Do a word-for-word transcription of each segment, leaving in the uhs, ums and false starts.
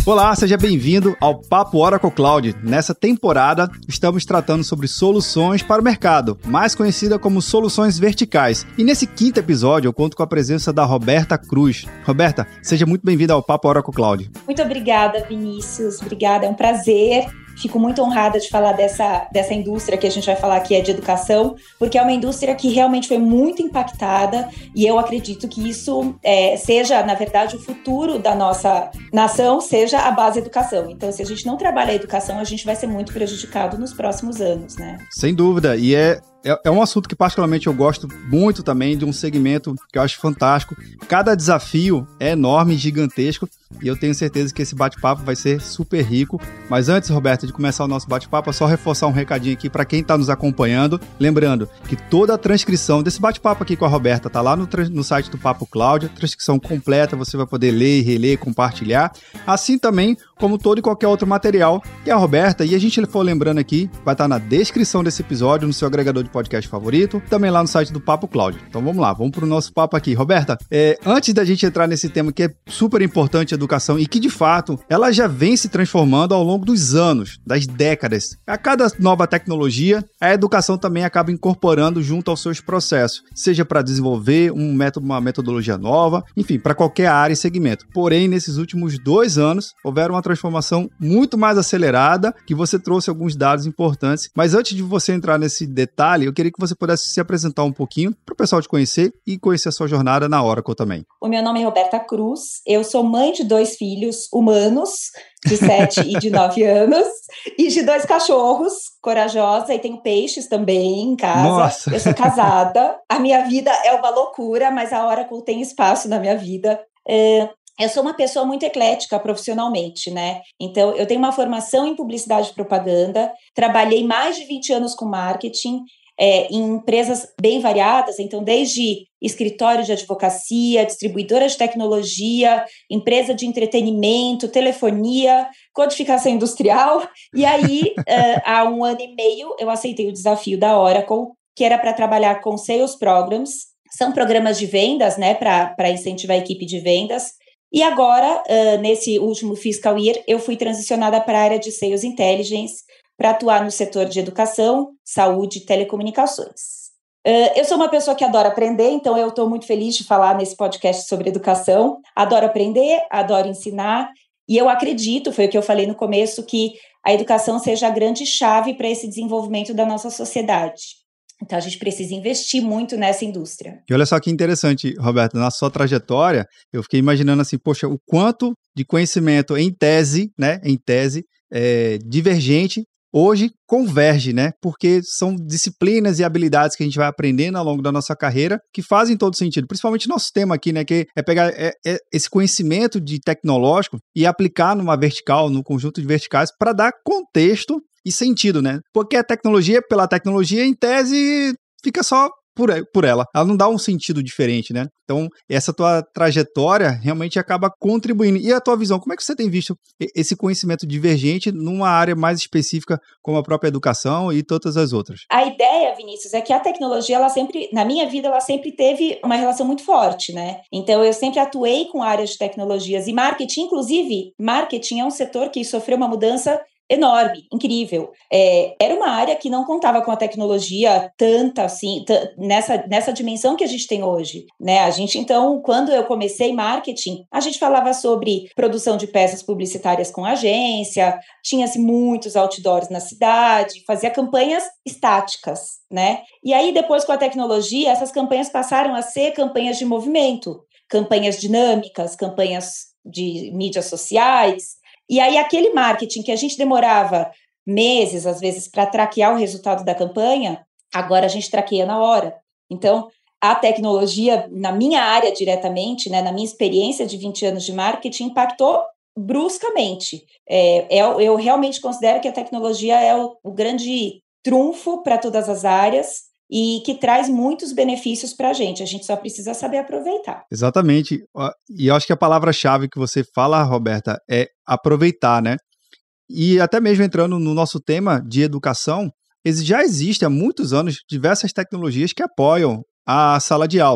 Olá, seja bem-vindo ao Papo Oracle Cloud. Nessa temporada, estamos tratando sobre soluções para o mercado, mais conhecida como soluções verticais. E nesse quinto episódio, eu conto com a presença da Roberta Cruz. Roberta, seja muito bem-vinda ao Papo Oracle Cloud. Muito obrigada, Vinícius. Obrigada, é um prazer. Fico muito honrada de falar dessa, dessa indústria que a gente vai falar aqui, é de educação, porque é uma indústria que realmente foi muito impactada e eu acredito que isso é, seja, na verdade, o futuro da nossa nação, seja a base da educação. Então, se a gente não trabalha a educação, a gente vai ser muito prejudicado nos próximos anos, né? Sem dúvida, e é... É um assunto que particularmente eu gosto muito também, de um segmento que eu acho fantástico. Cada desafio é enorme, gigantesco, e eu tenho certeza que esse bate-papo vai ser super rico. Mas antes, Roberta, de começar o nosso bate-papo, é só reforçar um recadinho aqui para quem está nos acompanhando. Lembrando que toda a transcrição desse bate-papo aqui com a Roberta está lá no, no site do Papo Cloud, a transcrição completa, você vai poder ler, reler, compartilhar. Assim também como todo e qualquer outro material que a Roberta, e a gente for lembrando aqui, vai estar na descrição desse episódio, no seu agregador de podcast favorito, também lá no site do Papo Cloud. Então vamos lá, vamos para o nosso papo aqui. Roberta, é, antes da gente entrar nesse tema que é super importante, educação, e que de fato ela já vem se transformando ao longo dos anos, das décadas. A cada nova tecnologia, a educação também acaba incorporando junto aos seus processos, seja para desenvolver um método, uma metodologia nova, enfim, para qualquer área e segmento. Porém, nesses últimos dois anos, houveram uma transformação muito mais acelerada, que você trouxe alguns dados importantes. Mas antes de você entrar nesse detalhe, eu queria que você pudesse se apresentar um pouquinho para o pessoal te conhecer e conhecer a sua jornada na Oracle também. O meu nome é Roberta Cruz, eu sou mãe de dois filhos humanos, de sete e de nove anos, e de dois cachorros, corajosa, e tenho peixes também em casa. Nossa. Eu sou casada, a minha vida é uma loucura, mas a Oracle tem espaço na minha vida. É... Eu sou uma pessoa muito eclética profissionalmente, né? Então, eu tenho uma formação em publicidade e propaganda, trabalhei mais de vinte anos com marketing, é, em empresas bem variadas, então desde escritório de advocacia, distribuidora de tecnologia, empresa de entretenimento, telefonia, codificação industrial, e aí, uh, há um ano e meio, eu aceitei o desafio da Oracle, que era para trabalhar com Sales Programs, são programas de vendas, né, para incentivar a equipe de vendas. E agora, uh, nesse último fiscal year, eu fui transicionada para a área de Sales Intelligence para atuar no setor de educação, saúde e telecomunicações. Uh, eu sou uma pessoa que adora aprender, então eu estou muito feliz de falar nesse podcast sobre educação. Adoro aprender, adoro ensinar, e eu acredito, foi o que eu falei no começo, que a educação seja a grande chave para esse desenvolvimento da nossa sociedade. Então, a gente precisa investir muito nessa indústria. E olha só que interessante, Roberta, na sua trajetória, eu fiquei imaginando assim, poxa, o quanto de conhecimento em tese, né, em tese, é, divergente, hoje converge, né, porque são disciplinas e habilidades que a gente vai aprendendo ao longo da nossa carreira que fazem todo sentido, principalmente nosso tema aqui, né, que é pegar é, é esse conhecimento de tecnológico e aplicar numa vertical, num conjunto de verticais, para dar contexto e sentido, né? Porque a tecnologia, pela tecnologia, em tese, fica só por, por ela. Ela não dá um sentido diferente, né? Então, essa tua trajetória realmente acaba contribuindo. E a tua visão, como é que você tem visto esse conhecimento divergente numa área mais específica, como a própria educação e todas as outras? A ideia, Vinícius, é que a tecnologia, ela sempre, na minha vida, ela sempre teve uma relação muito forte, né? Então, eu sempre atuei com áreas de tecnologias e marketing. Inclusive, marketing é um setor que sofreu uma mudança enorme, incrível. É, era uma área que não contava com a tecnologia tanta assim, t- nessa, nessa dimensão que a gente tem hoje, né? A gente, então, quando eu comecei marketing, a gente falava sobre produção de peças publicitárias com agência, tinha-se muitos outdoors na cidade, fazia campanhas estáticas, né? E aí, depois, com a tecnologia, essas campanhas passaram a ser campanhas de movimento, campanhas dinâmicas, campanhas de mídias sociais. E aí, aquele marketing que a gente demorava meses, às vezes, para traquear o resultado da campanha, agora a gente traqueia na hora. Então, a tecnologia, na minha área diretamente, né, na minha experiência de vinte anos de marketing, impactou bruscamente. É, eu, eu realmente considero que a tecnologia é o, o grande trunfo para todas as áreas e que traz muitos benefícios para a gente. A gente só precisa saber aproveitar. Exatamente. E eu acho que a palavra-chave que você fala, Roberta, é aproveitar, né? E até mesmo entrando no nosso tema de educação, já existe há muitos anos diversas tecnologias que apoiam a sala de aula.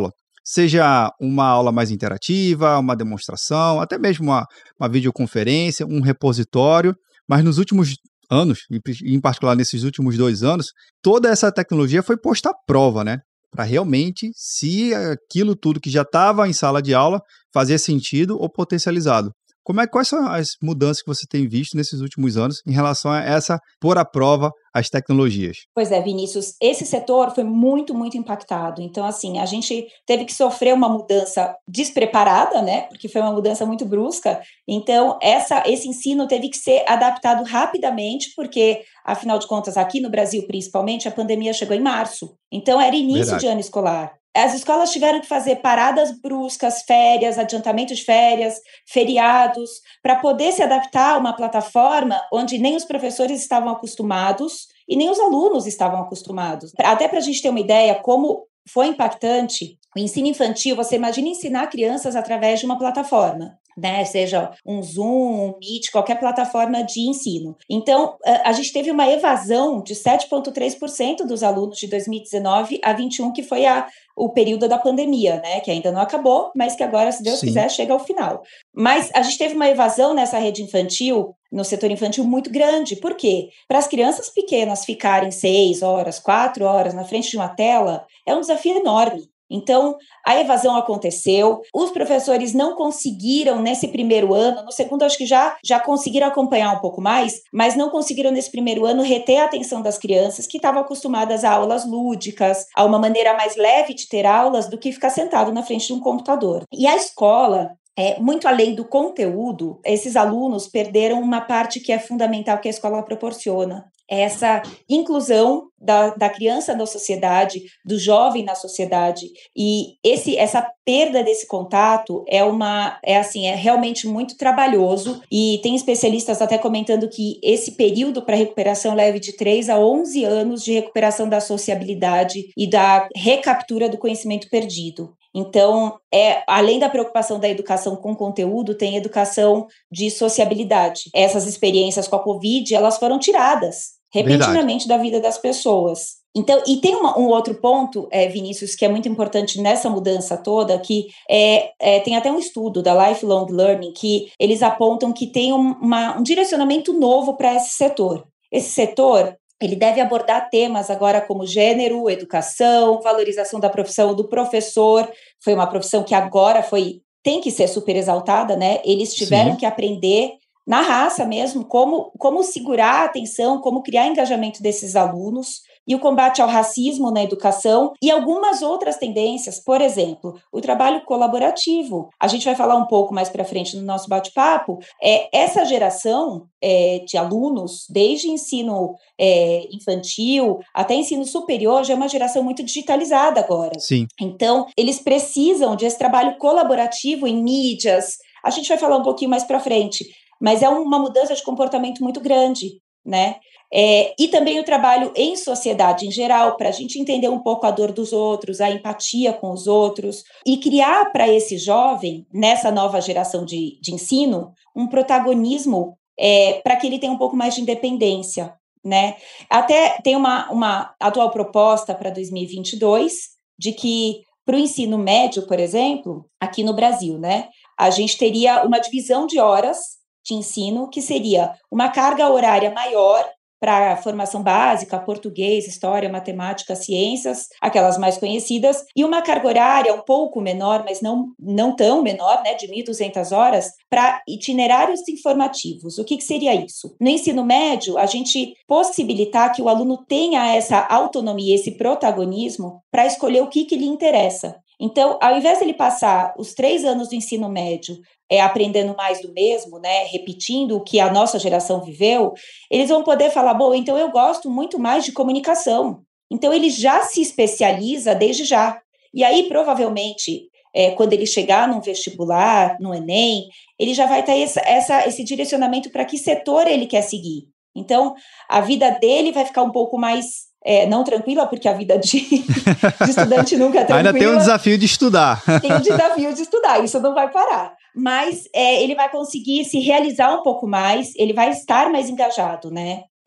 seja uma aula mais interativa, uma demonstração, até mesmo uma, uma videoconferência, um repositório, mas nos últimos anos, e em particular nesses últimos dois anos, toda essa tecnologia foi posta à prova, né? Para realmente, se aquilo tudo que já estava em sala de aula fazia sentido ou potencializado. Como é, quais são as mudanças que você tem visto nesses últimos anos em relação a essa pôr à prova as tecnologias? Pois é, Vinícius, esse setor foi muito, muito impactado. Então, assim, a gente teve que sofrer uma mudança despreparada, né? Porque foi uma mudança muito brusca. Então, essa, esse ensino teve que ser adaptado rapidamente, porque, afinal de contas, aqui no Brasil, principalmente, a pandemia chegou em março. Então, era início Verdade. de ano escolar. As escolas tiveram que fazer paradas bruscas, férias, adiantamento de férias, feriados, para poder se adaptar a uma plataforma onde nem os professores estavam acostumados e nem os alunos estavam acostumados. Até para a gente ter uma ideia como foi impactante o ensino infantil, você imagina ensinar crianças através de uma plataforma, né? Seja um Zoom, um Meet, qualquer plataforma de ensino. Então, a gente teve uma evasão de sete vírgula três por cento dos alunos de dois mil e dezenove a vinte e um, que foi a, o período da pandemia, né? Que ainda não acabou, mas que agora, se Deus Sim. quiser, chega ao final. Mas a gente teve uma evasão nessa rede infantil, no setor infantil, muito grande. Por quê? Para as crianças pequenas ficarem seis horas, quatro horas na frente de uma tela, é um desafio enorme. Então, a evasão aconteceu, os professores não conseguiram nesse primeiro ano, no segundo acho que já, já conseguiram acompanhar um pouco mais, mas não conseguiram nesse primeiro ano reter a atenção das crianças que estavam acostumadas a aulas lúdicas, a uma maneira mais leve de ter aulas do que ficar sentado na frente de um computador. E a escola, É, muito além do conteúdo, esses alunos perderam uma parte que é fundamental que a escola proporciona. Essa inclusão da, da criança na sociedade, do jovem na sociedade. E esse, essa perda desse contato é, uma, é, assim, é realmente muito trabalhoso. E tem especialistas até comentando que esse período para recuperação leva de três a onze anos de recuperação da sociabilidade e da recaptura do conhecimento perdido. Então, é, além da preocupação da educação com conteúdo, tem educação de sociabilidade. Essas experiências com a Covid, elas foram tiradas repentinamente Verdade. Da vida das pessoas. Então, e tem uma, um outro ponto, é, Vinícius, que é muito importante nessa mudança toda, que é, é, tem até um estudo da Lifelong Learning, que eles apontam que tem um, uma, um direcionamento novo para esse setor. Esse setor, ele deve abordar temas agora como gênero, educação, valorização da profissão do professor. Foi uma profissão que agora foi, tem que ser super exaltada, né? Eles tiveram Sim. que aprender na raça mesmo, como, como segurar a atenção, como criar engajamento desses alunos, e o combate ao racismo na educação e algumas outras tendências, por exemplo, o trabalho colaborativo. A gente vai falar um pouco mais para frente no nosso bate-papo. É, essa geração é, de alunos, desde ensino é, infantil até ensino superior, já é uma geração muito digitalizada agora. Sim. Então, eles precisam desse trabalho colaborativo em mídias. A gente vai falar um pouquinho mais para frente, mas é uma mudança de comportamento muito grande, né? É, e também o trabalho em sociedade em geral, para a gente entender um pouco a dor dos outros, a empatia com os outros, e criar para esse jovem, nessa nova geração de, de ensino, um protagonismo é, para que ele tenha um pouco mais de independência, né? Até tem uma, uma atual proposta para dois mil e vinte e dois, de que para o ensino médio, por exemplo, aqui no Brasil, né, a gente teria uma divisão de horas de ensino, que seria uma carga horária maior para formação básica, português, história, matemática, ciências, aquelas mais conhecidas, e uma carga horária um pouco menor, mas não, não tão menor, né, de mil e duzentas horas, para itinerários informativos. O que, que seria isso? No ensino médio, a gente possibilitar que o aluno tenha essa autonomia, esse protagonismo, para escolher o que, que lhe interessa. Então, ao invés de ele passar os três anos do ensino médio é, aprendendo mais do mesmo, né, repetindo o que a nossa geração viveu, eles vão poder falar, bom, então eu gosto muito mais de comunicação. Então, ele já se especializa desde já. E aí, provavelmente, é, quando ele chegar num vestibular, no Enem, ele já vai ter essa, essa, esse direcionamento para que setor ele quer seguir. Então, a vida dele vai ficar um pouco mais... É, não tranquila, porque a vida de, de estudante nunca é tranquila. Ainda tem um desafio de estudar. Tem um desafio de estudar, isso não vai parar. Mas é, ele vai conseguir se realizar um pouco mais, ele vai estar mais engajado, né?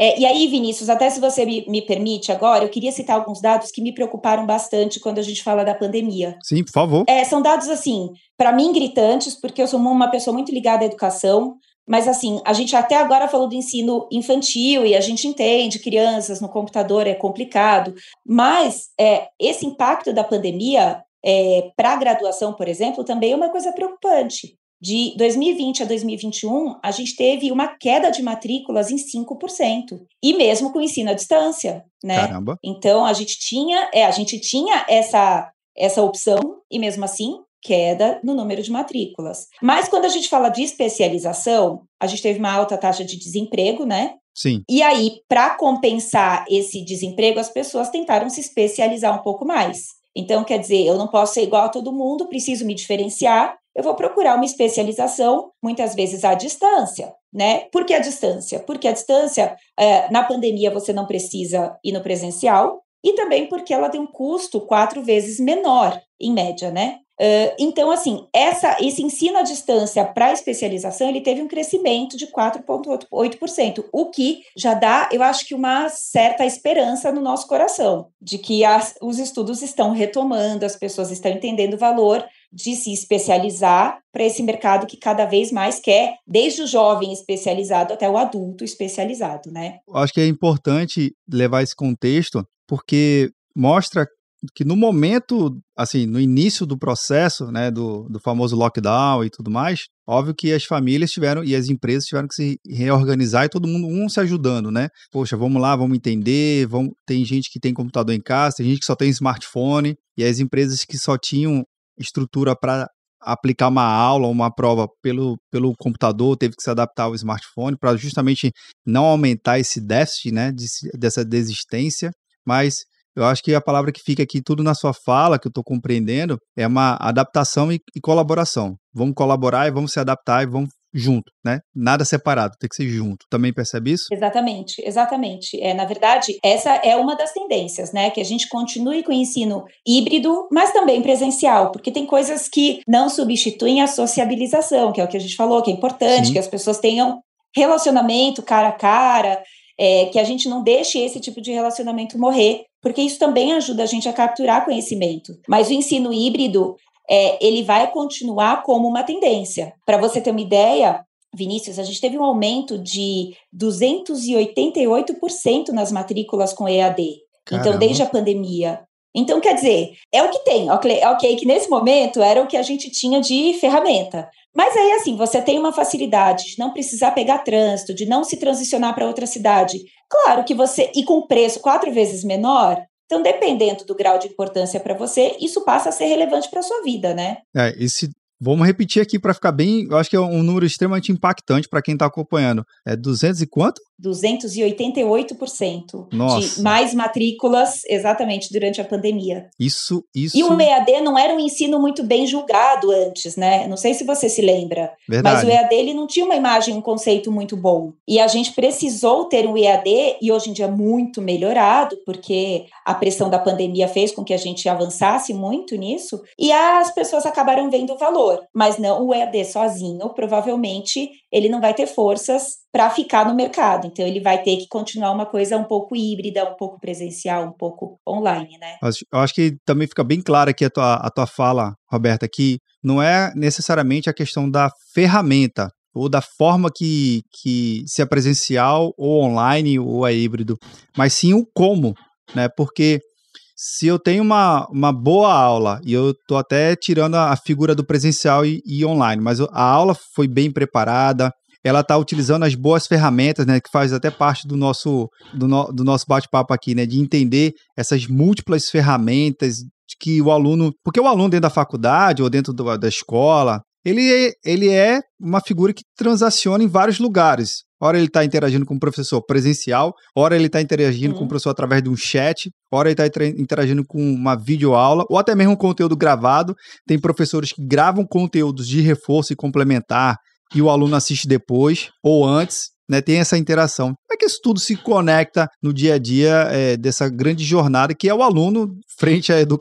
É, e aí, Vinícius, até se você me, me permite agora, eu queria citar alguns dados que me preocuparam bastante quando a gente fala da pandemia. Sim, por favor. É, são dados, assim, para mim, gritantes, porque eu sou uma pessoa muito ligada à educação, mas, assim, a gente até agora falou do ensino infantil e a gente entende, crianças no computador é complicado, mas é, esse impacto da pandemia é, para a graduação, por exemplo, também é uma coisa preocupante. De dois mil e vinte a dois mil e vinte e um, a gente teve uma queda de matrículas em cinco por cento, e mesmo com o ensino à distância, né? Caramba. Então, a gente tinha, é, a gente tinha essa, essa opção, e mesmo assim, queda no número de matrículas. Mas quando a gente fala de especialização, a gente teve uma alta taxa de desemprego, né? Sim. E aí, para compensar esse desemprego, as pessoas tentaram se especializar um pouco mais. Então, quer dizer, eu não posso ser igual a todo mundo, preciso me diferenciar, eu vou procurar uma especialização, muitas vezes à distância, né? Por que a distância? Porque a distância, é, na pandemia, você não precisa ir no presencial, e também porque ela tem um custo quatro vezes menor, em média, né? Uh, então, assim, essa, esse ensino à distância para a especialização, ele teve um crescimento de quatro vírgula oito por cento, o que já dá, eu acho que uma certa esperança no nosso coração, de que as, os estudos estão retomando, as pessoas estão entendendo o valor de se especializar para esse mercado que cada vez mais quer, desde o jovem especializado até o adulto especializado, né? Eu acho que é importante levar esse contexto, porque mostra que no momento, assim, no início do processo, né, do, do famoso lockdown e tudo mais, óbvio que as famílias tiveram e as empresas tiveram que se reorganizar e todo mundo, um se ajudando, né? Poxa, vamos lá, vamos entender, vamos... tem gente que tem computador em casa, tem gente que só tem smartphone, e as empresas que só tinham estrutura para aplicar uma aula ou uma prova pelo, pelo computador, teve que se adaptar ao smartphone para justamente não aumentar esse déficit, né, de, dessa desistência, mas eu acho que a palavra que fica aqui tudo na sua fala, que eu estou compreendendo, é uma adaptação e, e colaboração. Vamos colaborar e vamos se adaptar e vamos junto, né? Nada separado, tem que ser junto. Também percebe isso? Exatamente, exatamente. É, na verdade, essa é uma das tendências, né? Que a gente continue com o ensino híbrido, mas também presencial, porque tem coisas que não substituem a sociabilização, que é o que a gente falou, que é importante, Sim. que as pessoas tenham relacionamento cara a cara, é, que a gente não deixe esse tipo de relacionamento morrer, porque isso também ajuda a gente a capturar conhecimento. Mas o ensino híbrido, é, ele vai continuar como uma tendência. Para você ter uma ideia, Vinícius, a gente teve um aumento de duzentos e oitenta e oito por cento nas matrículas com E A D. Caramba. Então, desde a pandemia. Então, quer dizer, é o que tem, ok, que nesse momento era o que a gente tinha de ferramenta. Mas aí, assim, você tem uma facilidade de não precisar pegar trânsito, de não se transicionar para outra cidade. Claro que você, e com preço quatro vezes menor, então, dependendo do grau de importância para você, isso passa a ser relevante para a sua vida, né? É, esse... Vamos repetir aqui para ficar bem, eu acho que é um número extremamente impactante para quem está acompanhando. É duzentos e quanto? duzentos e oitenta e oito por cento Nossa. De mais matrículas, exatamente, durante a pandemia. Isso, isso... E o E A D não era um ensino muito bem julgado antes, né? Não sei se você se lembra. Verdade. Mas o E A D, ele não tinha uma imagem, um conceito muito bom. E a gente precisou ter um E A D, e hoje em dia muito melhorado, porque a pressão da pandemia fez com que a gente avançasse muito nisso, e as pessoas acabaram vendo o valor. Mas não o E A D sozinho, provavelmente ele não vai ter forças para ficar no mercado. Então, ele vai ter que continuar uma coisa um pouco híbrida, um pouco presencial, um pouco online, né? Eu acho que também fica bem clara aqui a tua, a tua fala, Roberta, que não é necessariamente a questão da ferramenta ou da forma que, que se é presencial ou online ou é híbrido, mas sim o como, né? Porque se eu tenho uma, uma boa aula, e eu estou até tirando a, a figura do presencial e, e online, mas a aula foi bem preparada, ela está utilizando as boas ferramentas, né, que faz até parte do nosso, do, no, do nosso bate-papo aqui, né, de entender essas múltiplas ferramentas que o aluno... Porque o aluno dentro da faculdade ou dentro do, da escola, ele, ele é uma figura que transaciona em vários lugares. Ora ele está interagindo com o professor presencial, ora ele está interagindo uhum. com o professor através de um chat, ora ele está interagindo com uma videoaula, ou até mesmo um conteúdo gravado. Tem professores que gravam conteúdos de reforço e complementar, e o aluno assiste depois ou antes, né? Tem essa interação. Como é que isso tudo se conecta no dia a dia é, dessa grande jornada que é o aluno frente à educação?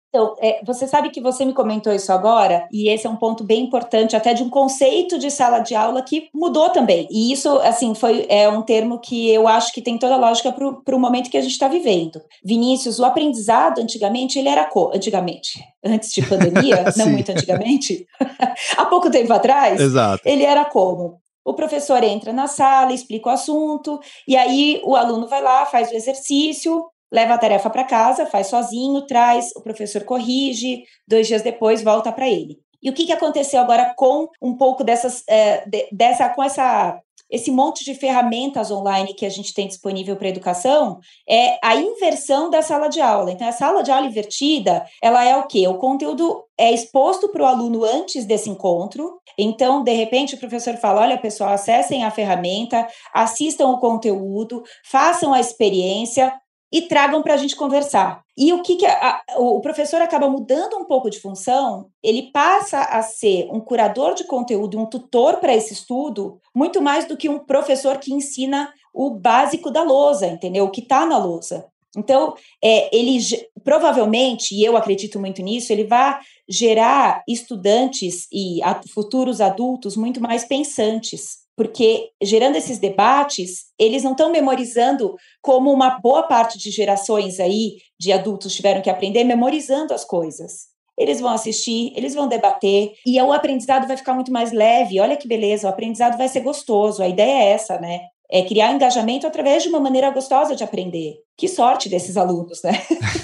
Então, é, você sabe que você me comentou isso agora, e esse é um ponto bem importante, até de um conceito de sala de aula que mudou também. E isso, assim, foi é um termo que eu acho que tem toda a lógica para o momento que a gente está vivendo. Vinícius, o aprendizado, antigamente, ele era co... Antigamente, antes de pandemia, não muito antigamente, há pouco tempo atrás, Exato. ele era como? O professor entra na sala, explica o assunto, e aí o aluno vai lá, faz o exercício, leva a tarefa para casa, faz sozinho, traz, o professor corrige, dois dias depois volta para ele. E o que, que aconteceu agora com um pouco dessas, é, de, dessa, com essa, esse monte de ferramentas online que a gente tem disponível para a educação, é a inversão da sala de aula. Então, a sala de aula invertida, ela é o quê? O conteúdo é exposto para o aluno antes desse encontro. Então, de repente, o professor fala, olha, pessoal, acessem a ferramenta, assistam o conteúdo, façam a experiência, e tragam para a gente conversar. E o que, que a, a, o professor acaba mudando um pouco de função, ele passa a ser um curador de conteúdo, um tutor para esse estudo, muito mais do que um professor que ensina o básico da lousa, entendeu? O que está na lousa. Então, é, ele provavelmente, e eu acredito muito nisso, ele vai gerar estudantes e a, futuros adultos muito mais pensantes, porque gerando esses debates, eles não estão memorizando como uma boa parte de gerações aí de adultos tiveram que aprender, memorizando as coisas. Eles vão assistir, eles vão debater, e o aprendizado vai ficar muito mais leve. Olha que beleza, o aprendizado vai ser gostoso, a ideia é essa, né? É criar engajamento através de uma maneira gostosa de aprender. Que sorte desses alunos, né?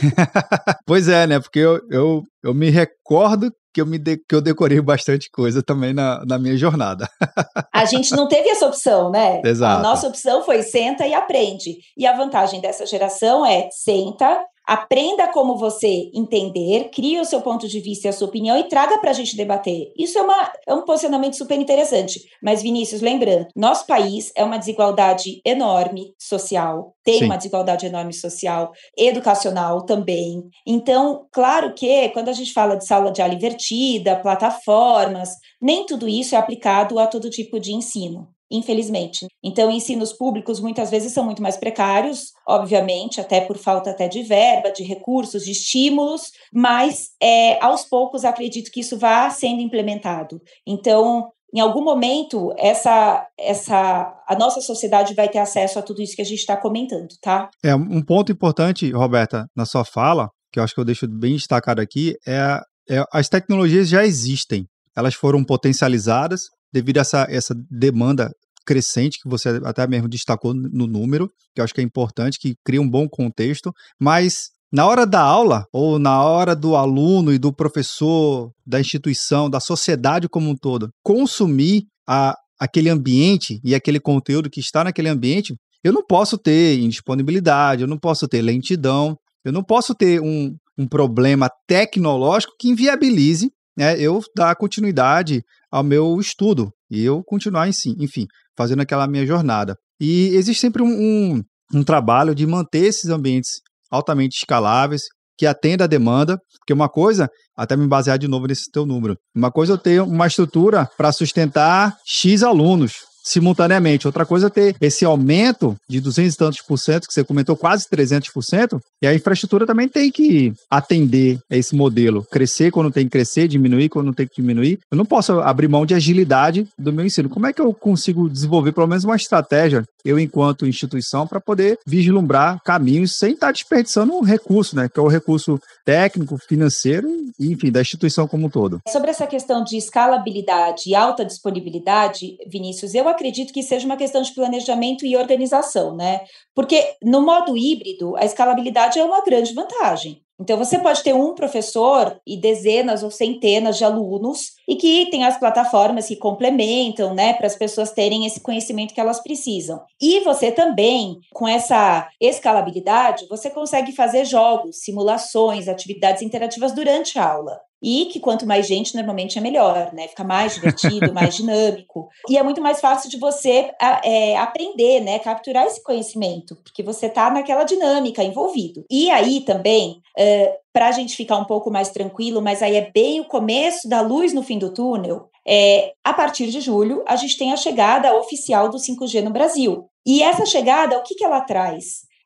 Pois é, né? Porque eu, eu, eu me recordo que eu, me de, que eu decorei bastante coisa também na, na minha jornada. A gente não teve essa opção, né? Exato. A nossa opção foi senta e aprende. E a vantagem dessa geração é senta, aprenda como você entender, crie o seu ponto de vista e a sua opinião e traga para a gente debater. Isso é, uma, é um posicionamento super interessante. Mas, Vinícius, lembrando, nosso país é uma desigualdade enorme social, tem Sim. uma desigualdade enorme social, educacional também. Então, claro que quando a gente fala de sala de aula invertida, plataformas, nem tudo isso é aplicado a todo tipo de ensino. Infelizmente. Então, ensinos públicos muitas vezes são muito mais precários, obviamente, até por falta até de verba, de recursos, de estímulos, mas é, aos poucos acredito que isso vá sendo implementado. Então, em algum momento, essa, essa, a nossa sociedade vai ter acesso a tudo isso que a gente está comentando, tá? É, um ponto importante, Roberta, na sua fala, que eu acho que eu deixo bem destacado aqui, é, é as tecnologias já existem. Elas foram potencializadas devido a essa, essa demanda crescente, que você até mesmo destacou no número, que eu acho que é importante, que cria um bom contexto, mas na hora da aula, ou na hora do aluno e do professor, da instituição, da sociedade como um todo, consumir a, aquele ambiente e aquele conteúdo que está naquele ambiente, eu não posso ter indisponibilidade, eu não posso ter lentidão, eu não posso ter um, um problema tecnológico que inviabilize, né, eu dar continuidade ao meu estudo e eu continuar, enfim, fazendo aquela minha jornada. E existe sempre um, um, um trabalho de manter esses ambientes altamente escaláveis, que atenda a demanda, porque uma coisa, até me basear de novo nesse teu número, uma coisa é eu ter uma estrutura para sustentar X alunos simultaneamente, outra coisa é ter esse aumento de duzentos e tantos por cento, que você comentou, quase trezentos por cento, e a infraestrutura também tem que atender a esse modelo, crescer quando tem que crescer, diminuir quando tem que diminuir. Eu não posso abrir mão de agilidade do meu ensino. Como é que eu consigo desenvolver pelo menos uma estratégia, eu enquanto instituição, para poder vislumbrar caminhos sem estar desperdiçando um recurso, né, que é o recurso técnico, financeiro, enfim, da instituição como um todo. Sobre essa questão de escalabilidade e alta disponibilidade, Vinícius, eu acredito que seja uma questão de planejamento e organização, né? Porque no modo híbrido, a escalabilidade é uma grande vantagem. Então, você pode ter um professor e dezenas ou centenas de alunos e que tem as plataformas que complementam, né, para as pessoas terem esse conhecimento que elas precisam. E você também, com essa escalabilidade, você consegue fazer jogos, simulações, atividades interativas durante a aula. E que quanto mais gente, normalmente é melhor, né? Fica mais divertido, mais dinâmico. E é muito mais fácil de você é, aprender, né? Capturar esse conhecimento, porque você está naquela dinâmica envolvido. E aí também, é, para a gente ficar um pouco mais tranquilo, mas aí é bem o começo da luz no fim do túnel, é, a partir de julho, a gente tem a chegada oficial do cinco G no Brasil. E essa chegada, o que, que ela traz?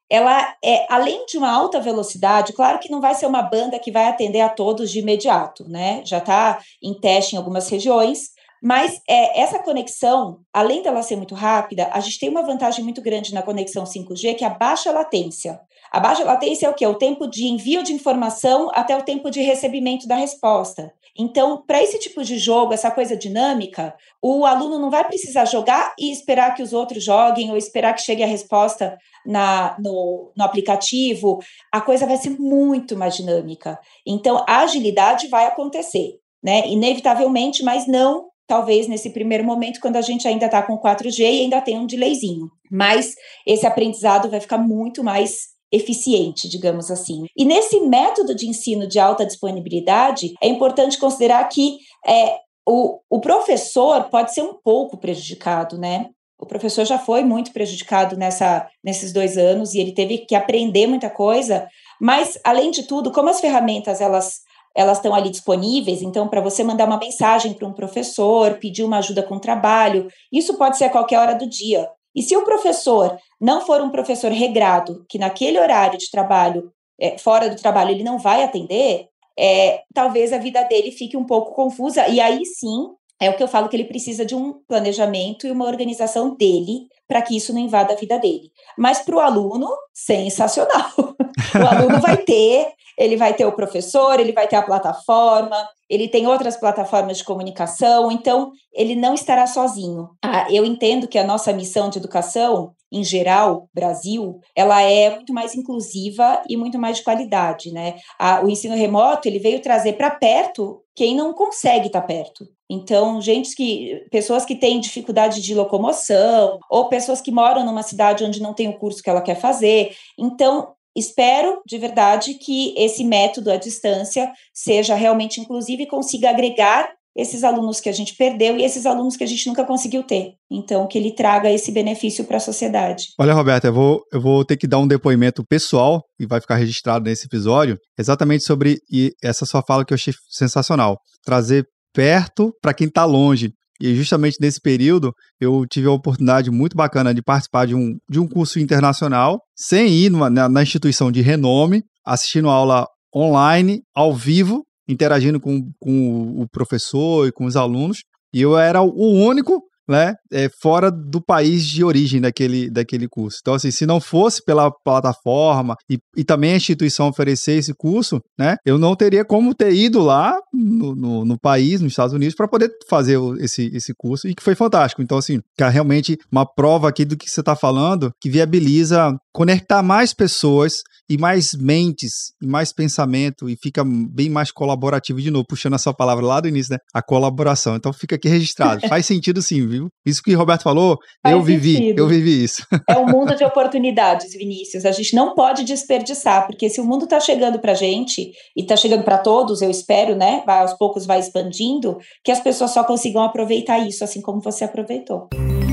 ela é, além de uma alta velocidade, claro que não vai ser uma banda que vai atender a todos de imediato, né? Já está em teste em algumas regiões, mas é, essa conexão, além dela ser muito rápida, a gente tem uma vantagem muito grande na conexão cinco G, que é a baixa latência. A baixa latência é o quê? O tempo de envio de informação até o tempo de recebimento da resposta. Então, para esse tipo de jogo, essa coisa dinâmica, o aluno não vai precisar jogar e esperar que os outros joguem ou esperar que chegue a resposta na, no, no aplicativo. A coisa vai ser muito mais dinâmica. Então, a agilidade vai acontecer, né? Inevitavelmente, mas não talvez nesse primeiro momento, quando a gente ainda está com quatro G e ainda tem um delayzinho. Mas esse aprendizado vai ficar muito mais eficiente, digamos assim. E nesse método de ensino de alta disponibilidade, é importante considerar que é, o, o professor pode ser um pouco prejudicado, né? O professor já foi muito prejudicado nessa, nesses dois anos e ele teve que aprender muita coisa, mas, além de tudo, como as ferramentas, elas elas estão ali disponíveis, então, para você mandar uma mensagem para um professor, pedir uma ajuda com o trabalho, isso pode ser a qualquer hora do dia. E se o professor não for um professor regrado, que naquele horário de trabalho, é, fora do trabalho, ele não vai atender, é, talvez a vida dele fique um pouco confusa, e aí sim, é o que eu falo, que ele precisa de um planejamento e uma organização dele, para que isso não invada a vida dele. Mas para o aluno, sensacional. O aluno vai ter, ele vai ter o professor, ele vai ter a plataforma, ele tem outras plataformas de comunicação, então ele não estará sozinho. Ah, eu entendo que a nossa missão de educação, em geral, Brasil, ela é muito mais inclusiva e muito mais de qualidade, né? Ah, o ensino remoto, ele veio trazer para perto quem não consegue estar perto. Então, gente que, pessoas que têm dificuldade de locomoção, ou pessoas que moram numa cidade onde não tem o curso que ela quer fazer. Então, espero, de verdade, que esse método à distância seja realmente inclusivo e consiga agregar esses alunos que a gente perdeu e esses alunos que a gente nunca conseguiu ter. Então, que ele traga esse benefício para a sociedade. Olha, Roberta, eu vou, eu vou ter que dar um depoimento pessoal, e vai ficar registrado nesse episódio, exatamente sobre e essa sua fala que eu achei sensacional. Trazer perto para quem está longe. E justamente nesse período, eu tive a oportunidade muito bacana de participar de um, de um curso internacional, sem ir numa, na, na instituição de renome, assistindo aula online, ao vivo, interagindo com, com o professor e com os alunos. E eu era o único, né, é, fora do país de origem daquele, daquele curso. Então, assim, se não fosse pela plataforma e, e também a instituição oferecer esse curso, né, eu não teria como ter ido lá no, no, no país, nos Estados Unidos, para poder fazer o, esse, esse curso, e que foi fantástico. Então, assim, que é realmente uma prova aqui do que você está falando, que viabiliza conectar mais pessoas e mais mentes, e mais pensamento, e fica bem mais colaborativo, de novo, puxando essa palavra lá do início, né? A colaboração. Então fica aqui registrado. Faz sentido sim, viu? Isso que o Roberto falou, Faz eu vivi, sentido. eu vivi isso. É um mundo de oportunidades, Vinícius. A gente não pode desperdiçar, porque se o mundo está chegando para a gente, e está chegando para todos, eu espero, né? Vai, aos poucos vai expandindo, que as pessoas só consigam aproveitar isso, assim como você aproveitou.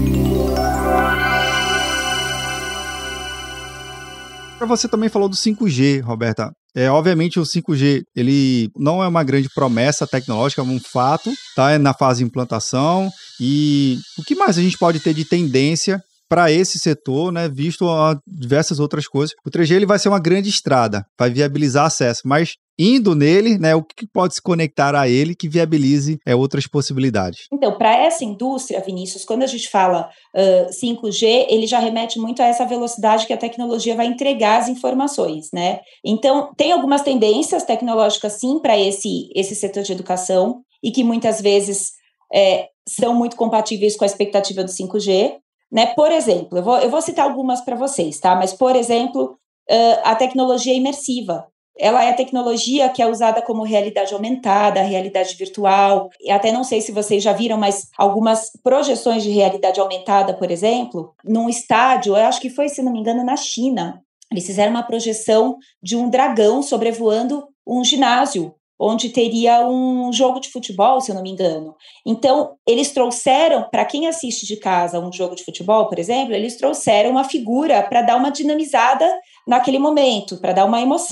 Você também falou do cinco G, Roberta. É, obviamente o cinco G, ele não é uma grande promessa tecnológica, é um fato, tá? É na fase de implantação. E o que mais a gente pode ter de tendência para esse setor, né, visto a diversas outras coisas? O três G ele vai ser uma grande estrada, vai viabilizar acesso, mas indo nele, né, o que pode se conectar a ele que viabilize é, outras possibilidades? Então, para essa indústria, Vinícius, quando a gente fala uh, cinco G, ele já remete muito a essa velocidade que a tecnologia vai entregar as informações, né? Então, tem algumas tendências tecnológicas, sim, para esse, esse setor de educação, e que muitas vezes é, são muito compatíveis com a expectativa do cinco G, né? Por exemplo, eu vou, eu vou citar algumas para vocês, tá? Mas, por exemplo, uh, a tecnologia imersiva. Ela é a tecnologia que é usada como realidade aumentada, realidade virtual. E até não sei se vocês já viram, mas algumas projeções de realidade aumentada, por exemplo, num estádio, eu acho que foi, se não me engano, na China. Eles fizeram uma projeção de um dragão sobrevoando um ginásio, onde teria um jogo de futebol, se eu não me engano. Então, eles trouxeram, para quem assiste de casa um jogo de futebol, por exemplo, eles trouxeram uma figura para dar uma dinamizada naquele momento, para dar uma emoção.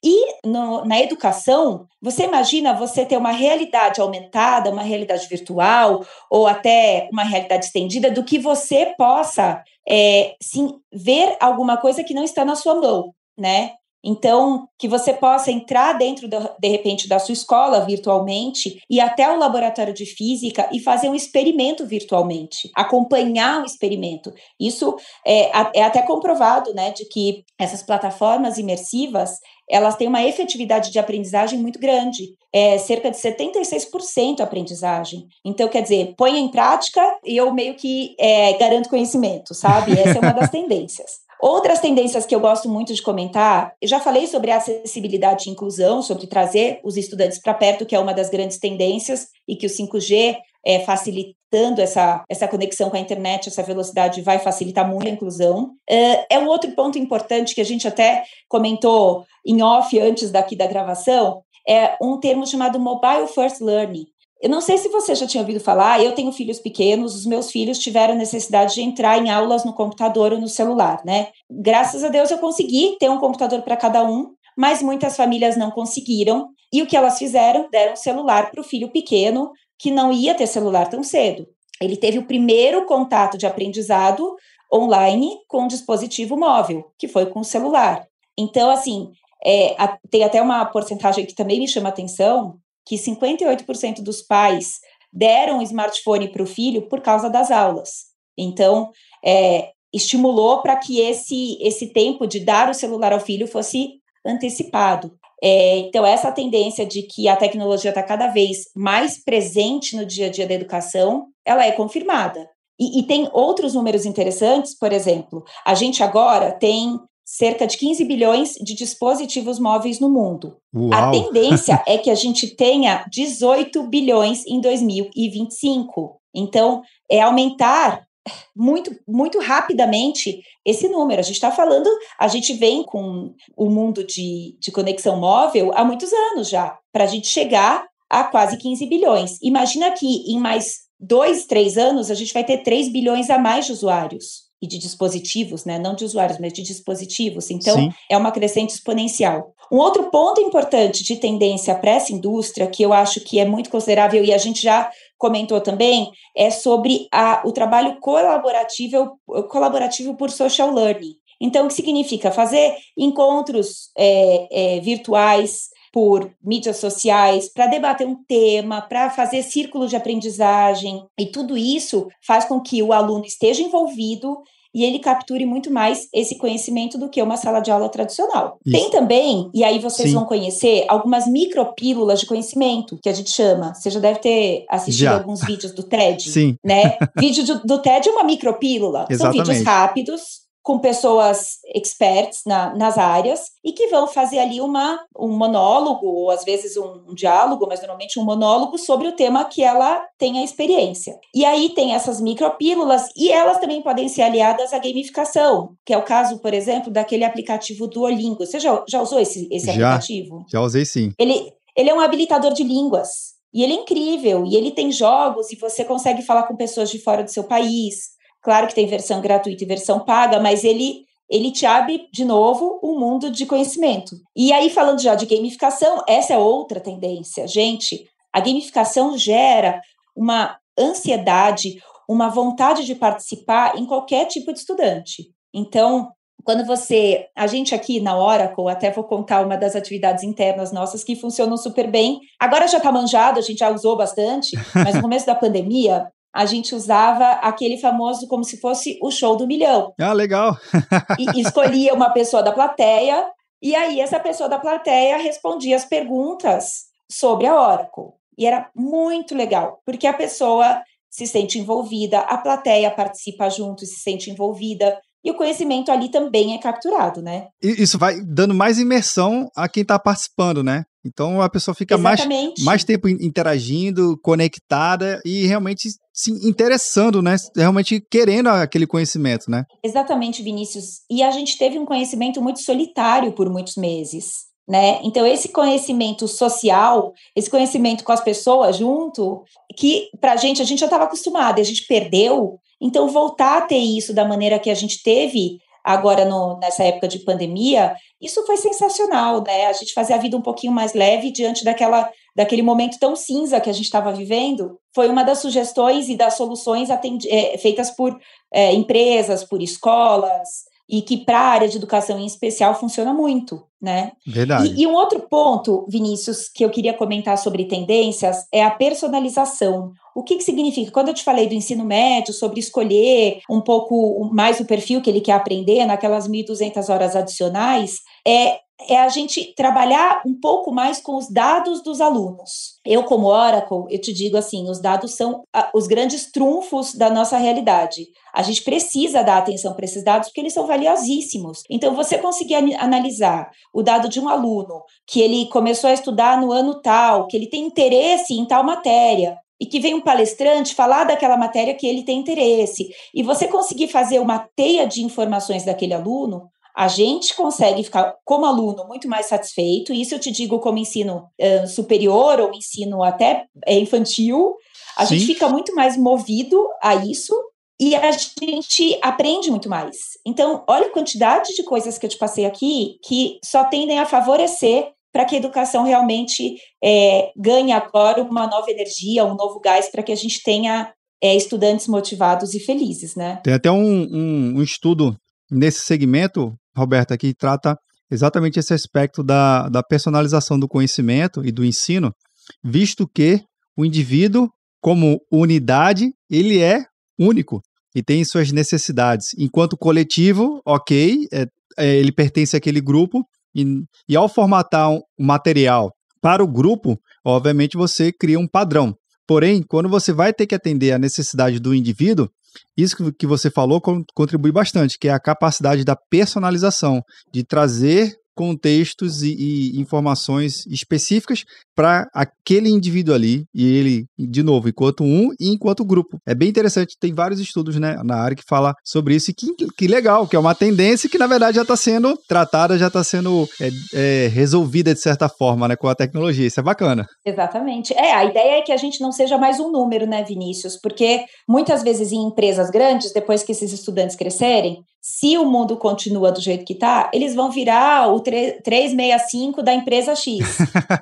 E no, na educação, você imagina você ter uma realidade aumentada, uma realidade virtual, ou até uma realidade estendida, do que você possa é, sim, ver alguma coisa que não está na sua mão, né? Então, que você possa entrar dentro, do, de repente, da sua escola virtualmente, ir até o laboratório de física e fazer um experimento virtualmente, acompanhar um experimento. Isso é, é até comprovado, né, de que essas plataformas imersivas, elas têm uma efetividade de aprendizagem muito grande, é cerca de setenta e seis por cento aprendizagem. Então, quer dizer, põe em prática e eu meio que é, garanto conhecimento, sabe? Essa é uma das tendências. Outras tendências que eu gosto muito de comentar, eu já falei sobre acessibilidade e inclusão, sobre trazer os estudantes para perto, que é uma das grandes tendências, e que o cinco G, é, facilitando essa, essa conexão com a internet, essa velocidade vai facilitar muito a inclusão. É, é um outro ponto importante que a gente até comentou em off antes daqui da gravação, é um termo chamado Mobile First Learning. Eu não sei se você já tinha ouvido falar, eu tenho filhos pequenos, os meus filhos tiveram necessidade de entrar em aulas no computador ou no celular, né? Graças a Deus eu consegui ter um computador para cada um, mas muitas famílias não conseguiram, e o que elas fizeram? Deram celular para o filho pequeno, que não ia ter celular tão cedo. Ele teve o primeiro contato de aprendizado online com um dispositivo móvel, que foi com o celular. Então, assim, é, a, tem até uma porcentagem que também me chama a atenção, que cinquenta e oito por cento dos pais deram um smartphone para o filho por causa das aulas. Então, é, estimulou para que esse, esse tempo de dar o celular ao filho fosse antecipado. É, então, essa tendência de que a tecnologia está cada vez mais presente no dia a dia da educação, ela é confirmada. E, e tem outros números interessantes, por exemplo, a gente agora tem cerca de quinze bilhões de dispositivos móveis no mundo. Uau. A tendência é que a gente tenha dezoito bilhões em dois mil e vinte e cinco. Então, é aumentar muito, muito rapidamente esse número. A gente está falando, a gente vem com o mundo de, de conexão móvel há muitos anos já, para a gente chegar a quase quinze bilhões. Imagina que em mais dois, três anos, a gente vai ter três bilhões a mais de usuários. E de dispositivos, né? Não de usuários, mas de dispositivos. Então, sim, é uma crescente exponencial. Um outro ponto importante de tendência para essa indústria, que eu acho que é muito considerável, e a gente já comentou também, é sobre a, o trabalho colaborativo, colaborativo por social learning. Então, o que significa? Fazer encontros é, é, virtuais por mídias sociais, para debater um tema, para fazer círculos de aprendizagem, e tudo isso faz com que o aluno esteja envolvido e ele capture muito mais esse conhecimento do que uma sala de aula tradicional. Isso. Tem também, e aí vocês Sim. vão conhecer, algumas micropílulas de conhecimento, que a gente chama. Você já deve ter assistido já. alguns vídeos do TED, Sim. né? Vídeo do, do TED é uma micropílula. Exatamente. São vídeos rápidos, com pessoas experts na, nas áreas, e que vão fazer ali uma, um monólogo, ou às vezes um, um diálogo, mas normalmente um monólogo sobre o tema que ela tem a experiência. E aí tem essas micropílulas, e elas também podem ser aliadas à gamificação, que é o caso, por exemplo, daquele aplicativo Duolingo. Você já, já usou esse, esse já, aplicativo? Já usei, sim. Ele, ele é um habilitador de línguas, e ele é incrível, e ele tem jogos, e você consegue falar com pessoas de fora do seu país. Claro que tem versão gratuita e versão paga, mas ele, ele te abre, de novo, um mundo de conhecimento. E aí, falando já de gamificação, essa é outra tendência. Gente, a gamificação gera uma ansiedade, uma vontade de participar em qualquer tipo de estudante. Então, quando você... A gente aqui na Oracle, até vou contar uma das atividades internas nossas que funcionam super bem. Agora já está manjado, a gente já usou bastante, mas no começo da pandemia... a gente usava aquele famoso como se fosse o show do milhão. Ah, legal! E escolhia uma pessoa da plateia, e aí essa pessoa da plateia respondia as perguntas sobre a Oracle. E era muito legal, porque a pessoa se sente envolvida, a plateia participa junto e se sente envolvida, e o conhecimento ali também é capturado, né? E isso vai dando mais imersão a quem está participando, né? Então a pessoa fica mais, mais tempo interagindo, conectada e realmente se interessando, né? Realmente querendo aquele conhecimento, né? Exatamente, Vinícius. E a gente teve um conhecimento muito solitário por muitos meses, né? Então esse conhecimento social, esse conhecimento com as pessoas junto, que pra gente, a gente já estava acostumado, e a gente perdeu. Então voltar a ter isso da maneira que a gente teve agora no, nessa época de pandemia, isso foi sensacional, né? A gente fazer a vida um pouquinho mais leve diante daquela, daquele momento tão cinza que a gente estava vivendo. Foi uma das sugestões e das soluções atendi- é, feitas por é, empresas, por escolas, e que para a área de educação em especial funciona muito, né? Verdade. E, e um outro ponto, Vinícius, que eu queria comentar sobre tendências é a personalização. O que, que significa? Quando eu te falei do ensino médio, sobre escolher um pouco mais o perfil que ele quer aprender naquelas mil e duzentas horas adicionais, é é a gente trabalhar um pouco mais com os dados dos alunos. Eu, como Oracle, eu te digo assim, os dados são ah, os grandes trunfos da nossa realidade. A gente precisa dar atenção para esses dados porque eles são valiosíssimos. Então, você conseguir analisar o dado de um aluno que ele começou a estudar no ano tal, que ele tem interesse em tal matéria, e que vem um palestrante falar daquela matéria que ele tem interesse, e você conseguir fazer uma teia de informações daquele aluno, a gente consegue ficar, como aluno, muito mais satisfeito. Isso eu te digo como ensino uh, superior ou ensino até uh, infantil. A Sim. gente fica muito mais movido a isso e a gente aprende muito mais. Então, olha a quantidade de coisas que eu te passei aqui que só tendem a favorecer para que a educação realmente é, ganhe agora uma nova energia, um novo gás, para que a gente tenha é, estudantes motivados e felizes, né? Tem até um, um, um estudo nesse segmento, Roberta, que trata exatamente esse aspecto da, da personalização do conhecimento e do ensino, visto que o indivíduo, como unidade, ele é único e tem suas necessidades. Enquanto coletivo, ok, é, é, ele pertence àquele grupo e, e ao formatar um material para o grupo, obviamente você cria um padrão. Porém, quando você vai ter que atender a necessidade do indivíduo, isso que você falou contribui bastante, que é a capacidade da personalização, de trazer contextos e, e informações específicas para aquele indivíduo ali, e ele, de novo, enquanto um e enquanto grupo. É bem interessante, tem vários estudos, né, na área que fala sobre isso, e que, que legal, que é uma tendência que, na verdade, já está sendo tratada, já está sendo é, é, resolvida, de certa forma, né, com a tecnologia. Isso é bacana. Exatamente. É, a ideia é que a gente não seja mais um número, né, Vinícius? Porque muitas vezes em empresas grandes, depois que esses estudantes crescerem, se o mundo continua do jeito que está, eles vão virar o trezentos e sessenta e cinco da empresa X,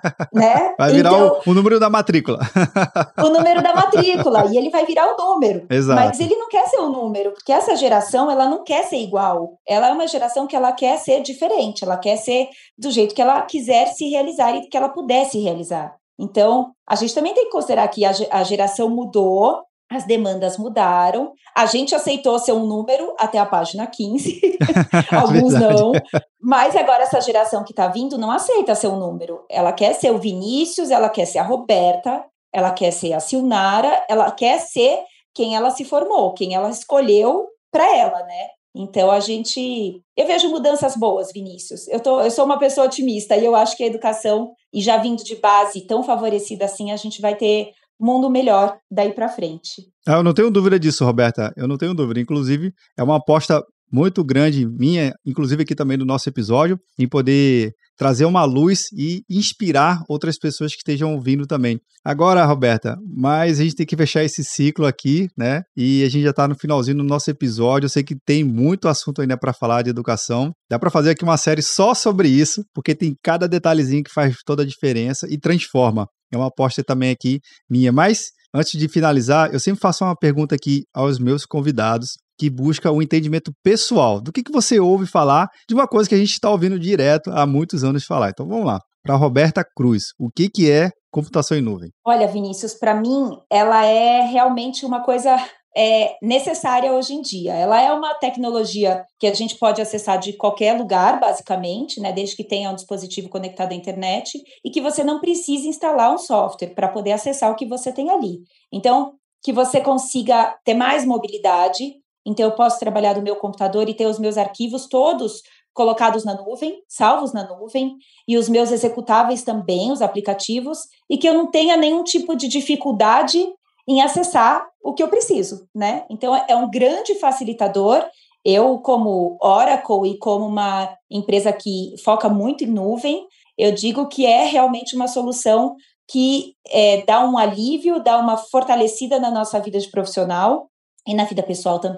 né? Vai virar Então, o, o número da matrícula. o número da matrícula, e ele vai virar o número. Exato. Mas ele não quer ser o número, porque essa geração, ela não quer ser igual. Ela é uma geração que ela quer ser diferente, ela quer ser do jeito que ela quiser se realizar e que ela pudesse realizar. Então, a gente também tem que considerar que a, a geração mudou, as demandas mudaram, a gente aceitou ser um número até a página quinze, alguns não, mas agora essa geração que está vindo não aceita ser um número. Ela quer ser o Vinícius, ela quer ser a Roberta, ela quer ser a Silnara, ela quer ser quem ela se formou, quem ela escolheu para ela, né? Então, a gente... Eu vejo mudanças boas, Vinícius. Eu, tô, eu sou uma pessoa otimista e eu acho que a educação, e já vindo de base tão favorecida assim, a gente vai ter um mundo melhor daí para frente. Ah, eu não tenho dúvida disso, Roberta. Eu não tenho dúvida. Inclusive, é uma aposta muito grande minha, inclusive aqui também do nosso episódio, em poder trazer uma luz e inspirar outras pessoas que estejam ouvindo também. Agora, Roberta, mas a gente tem que fechar esse ciclo aqui, né? E a gente já está no finalzinho do nosso episódio. Eu sei que tem muito assunto ainda para falar de educação. Dá para fazer aqui uma série só sobre isso, porque tem cada detalhezinho que faz toda a diferença e transforma. É uma aposta também aqui minha. Mas, antes de finalizar, eu sempre faço uma pergunta aqui aos meus convidados, que busca o entendimento pessoal. Do que, que você ouve falar de uma coisa que a gente está ouvindo direto há muitos anos falar. Então, vamos lá. Para Roberta Cruz, o que, que é computação em nuvem? Olha, Vinícius, para mim, ela é realmente uma coisa é, necessária hoje em dia. Ela é uma tecnologia que a gente pode acessar de qualquer lugar, basicamente, né, desde que tenha um dispositivo conectado à internet e que você não precise instalar um software para poder acessar o que você tem ali. Então, que você consiga ter mais mobilidade. Então, eu posso trabalhar do meu computador e ter os meus arquivos todos colocados na nuvem, salvos na nuvem, e os meus executáveis também, os aplicativos, e que eu não tenha nenhum tipo de dificuldade em acessar o que eu preciso, né? Então, é um grande facilitador. Eu, como Oracle e como uma empresa que foca muito em nuvem, eu digo que é realmente uma solução que é, dá um alívio, dá uma fortalecida na nossa vida de profissional, e na vida pessoal também,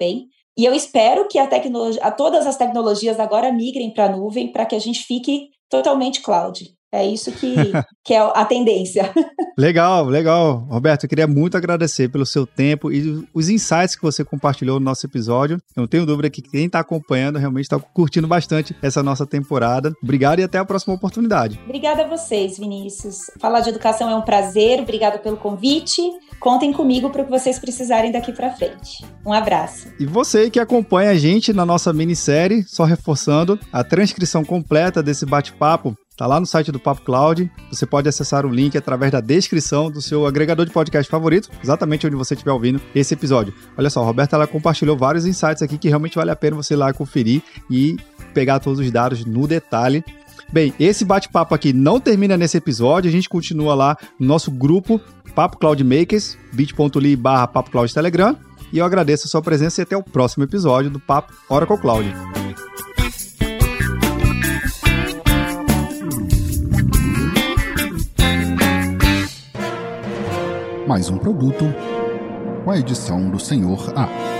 E eu espero que a tecnologia, todas as tecnologias agora migrem para a nuvem para que a gente fique totalmente cloud. É isso que, que é a tendência. Legal, legal. Roberto, eu queria muito agradecer pelo seu tempo e os insights que você compartilhou no nosso episódio. Eu não tenho dúvida que quem está acompanhando realmente está curtindo bastante essa nossa temporada. Obrigado e até a próxima oportunidade. Obrigada a vocês, Vinícius. Falar de educação é um prazer. Obrigada pelo convite. Contem comigo para o que vocês precisarem daqui para frente. Um abraço. E você que acompanha a gente na nossa minissérie, só reforçando, a transcrição completa desse bate-papo está lá no site do Papo Cloud. Você pode acessar o link através da descrição do seu agregador de podcast favorito, exatamente onde você estiver ouvindo esse episódio. Olha só, a Roberta ela compartilhou vários insights aqui que realmente vale a pena você ir lá conferir e pegar todos os dados no detalhe. Bem, esse bate-papo aqui não termina nesse episódio, a gente continua lá no nosso grupo Papo Cloud Makers, bit.ly barra Papo Cloud Telegram, e eu agradeço a sua presença e até o próximo episódio do Papo Oracle Cloud. Mais um produto com a edição do senhor A.